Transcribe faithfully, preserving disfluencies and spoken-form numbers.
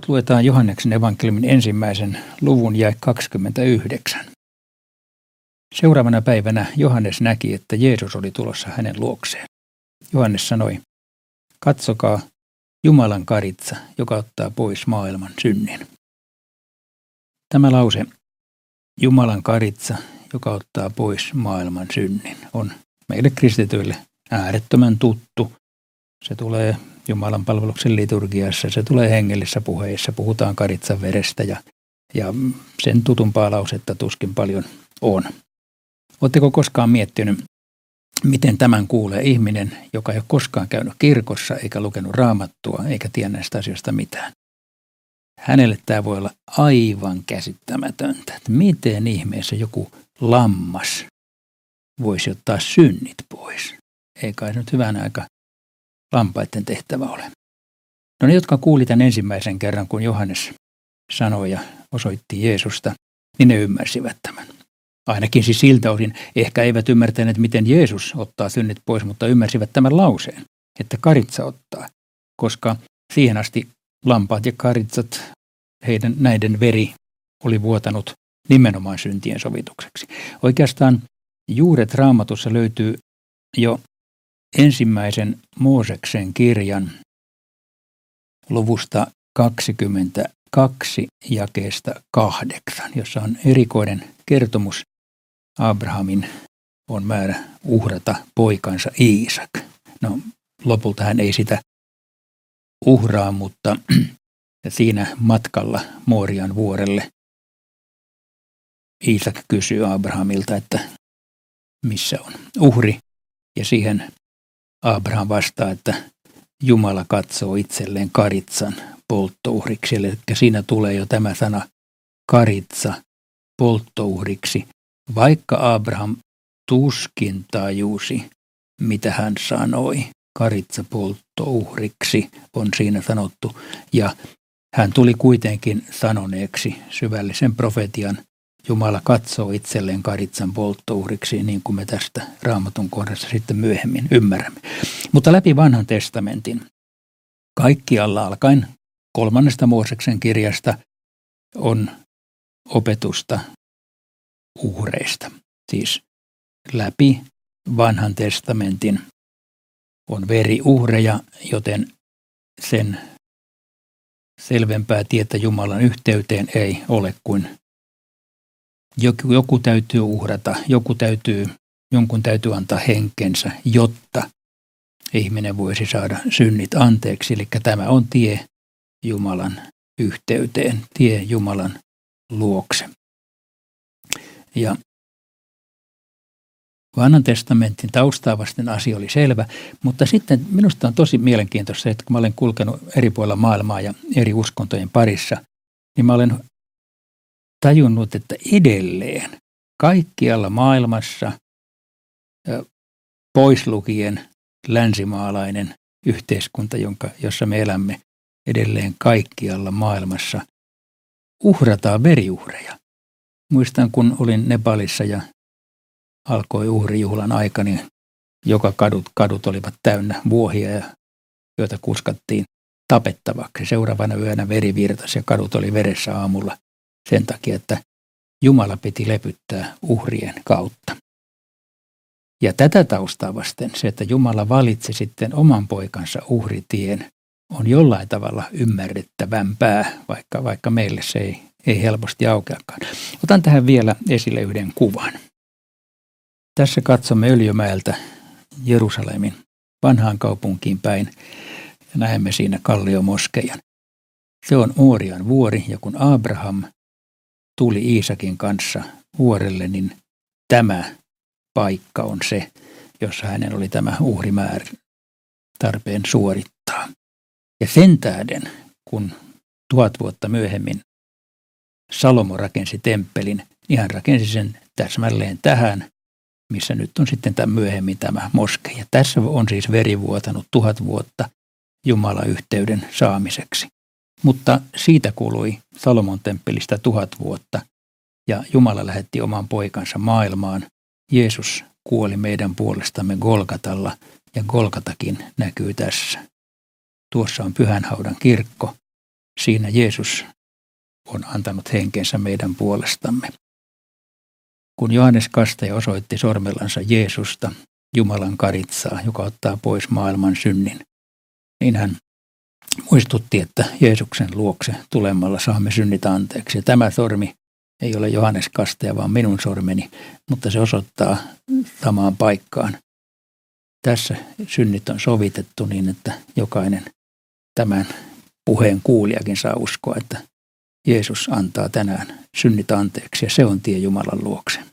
luetaan Johanneksen evankeliumin ensimmäisen luvun jae kaksikymmentäyhdeksän. Seuraavana päivänä Johannes näki, että Jeesus oli tulossa hänen luokseen. Johannes sanoi, katsokaa Jumalan karitsa, joka ottaa pois maailman synnin. Tämä lause, Jumalan karitsa, joka ottaa pois maailman synnin, on meille kristityille äärettömän tuttu. Se tulee Jumalan palveluksen liturgiassa, se tulee hengellisessä puheissa, puhutaan karitsan verestä ja, ja sen tutumpaa lausetta tuskin paljon on. Oletteko koskaan miettinyt, miten tämän kuulee ihminen, joka ei ole koskaan käynyt kirkossa, eikä lukenut raamattua, eikä tiedä näistä asioista mitään? Hänelle tämä voi olla aivan käsittämätöntä, että miten ihmeessä joku lammas voisi ottaa synnit pois. Ei kai se nyt hyvän aika lampaiden tehtävä ole. No ne, jotka kuuli tämän ensimmäisen kerran, kun Johannes sanoi ja osoitti Jeesusta, niin ne ymmärsivät tämän. Ainakin siis siltä osin ehkä eivät ymmärtäneet, miten Jeesus ottaa synnit pois, mutta ymmärsivät tämän lauseen, että karitsa ottaa, koska siihen asti lampaat ja karitsat, heidän näiden veri oli vuotanut nimenomaan syntien sovitukseksi. Oikeastaan juuret Raamatussa löytyy jo ensimmäisen Mooseksen kirjan luvusta kaksikymmentäkaksi jakeesta kahdeksan, jossa on erikoinen kertomus. Abrahamin on määrä uhrata poikansa Iisak. No lopulta hän ei sitä uhraa, mutta siinä matkalla Moorian vuorelle Iisak kysyy Abrahamilta, että missä on uhri, ja siihen Abraham vastaa, että Jumala katsoo itselleen karitsan polttouhriksi. Eli siinä tulee jo tämä sana karitsa polttouhriksi, vaikka Abraham tuskin tajusi, mitä hän sanoi. Karitsa polttouhriksi on siinä sanottu, ja hän tuli kuitenkin sanoneeksi syvällisen profetian, Jumala katsoo itselleen karitsan polttouhriksi, niin kuin me tästä Raamatun kohdassa sitten myöhemmin ymmärrämme. Mutta läpi vanhan testamentin, kaikkialla alkaen kolmannesta Mooseksen kirjasta, on opetusta uhreista. Siis läpi vanhan testamentin on veriuhreja, joten sen selvempää tietä Jumalan yhteyteen ei ole kuin joku, joku täytyy uhrata, joku täytyy, jonkun täytyy antaa henkensä, jotta ihminen voisi saada synnit anteeksi. Eli tämä on tie Jumalan yhteyteen, tie Jumalan luokse. Ja vanhan testamentin taustaa vasten asia oli selvä, mutta sitten minusta on tosi mielenkiintoista, että kun mä olen kulkenut eri puolilla maailmaa ja eri uskontojen parissa, niin mä olen tajunnut, että edelleen kaikkialla maailmassa, pois lukien länsimaalainen yhteiskunta, jonka, jossa me elämme, edelleen kaikkialla maailmassa uhrataan veriuhreja. Muistan, kun olin Nepalissa ja alkoi uhrijuhlan aika, niin joka kadut, kadut olivat täynnä vuohia, joita kuskattiin tapettavaksi. Seuraavana yönä veri virtasi ja kadut oli veressä aamulla sen takia, että Jumala piti lepyttää uhrien kautta. Ja tätä taustaa vasten se, että Jumala valitsi sitten oman poikansa uhritien, on jollain tavalla ymmärrettävämpää, vaikka, vaikka meille se ei, ei helposti aukeakaan. Otan tähän vielä esille yhden kuvan. Tässä katsomme Öljymäeltä Jerusalemin vanhaan kaupunkiin päin ja näemme siinä Kalliomoskeijan. Se on Moorian vuori, ja kun Abraham tuli Iisakin kanssa vuorelle, niin tämä paikka on se, jossa hänen oli tämä uhrimäärä tarpeen suorittaa. Ja sen tähden, kun tuhat vuotta myöhemmin Salomo rakensi temppelin, niin hän rakensi sen täsmälleen tähän, missä nyt on sitten tämän myöhemmin tämä moskeija. Tässä on siis veri vuotanut tuhat vuotta Jumala-yhteyden saamiseksi. Mutta siitä kului Salomon temppelistä tuhat vuotta, ja Jumala lähetti oman poikansa maailmaan. Jeesus kuoli meidän puolestamme Golgatalla, ja Golgatakin näkyy tässä. Tuossa on Pyhänhaudan kirkko. Siinä Jeesus on antanut henkensä meidän puolestamme. Kun Johannes Kastaja osoitti sormellansa Jeesusta, Jumalan karitsaa, joka ottaa pois maailman synnin, niin hän muistutti, että Jeesuksen luokse tulemalla saamme synnit anteeksi. Ja tämä sormi ei ole Johannes Kastaja, vaan minun sormeni, mutta se osoittaa samaan paikkaan. Tässä synnit on sovitettu niin, että jokainen tämän puheen kuulijakin saa uskoa, että Jeesus antaa tänään synnit anteeksi ja se on tie Jumalan luokse.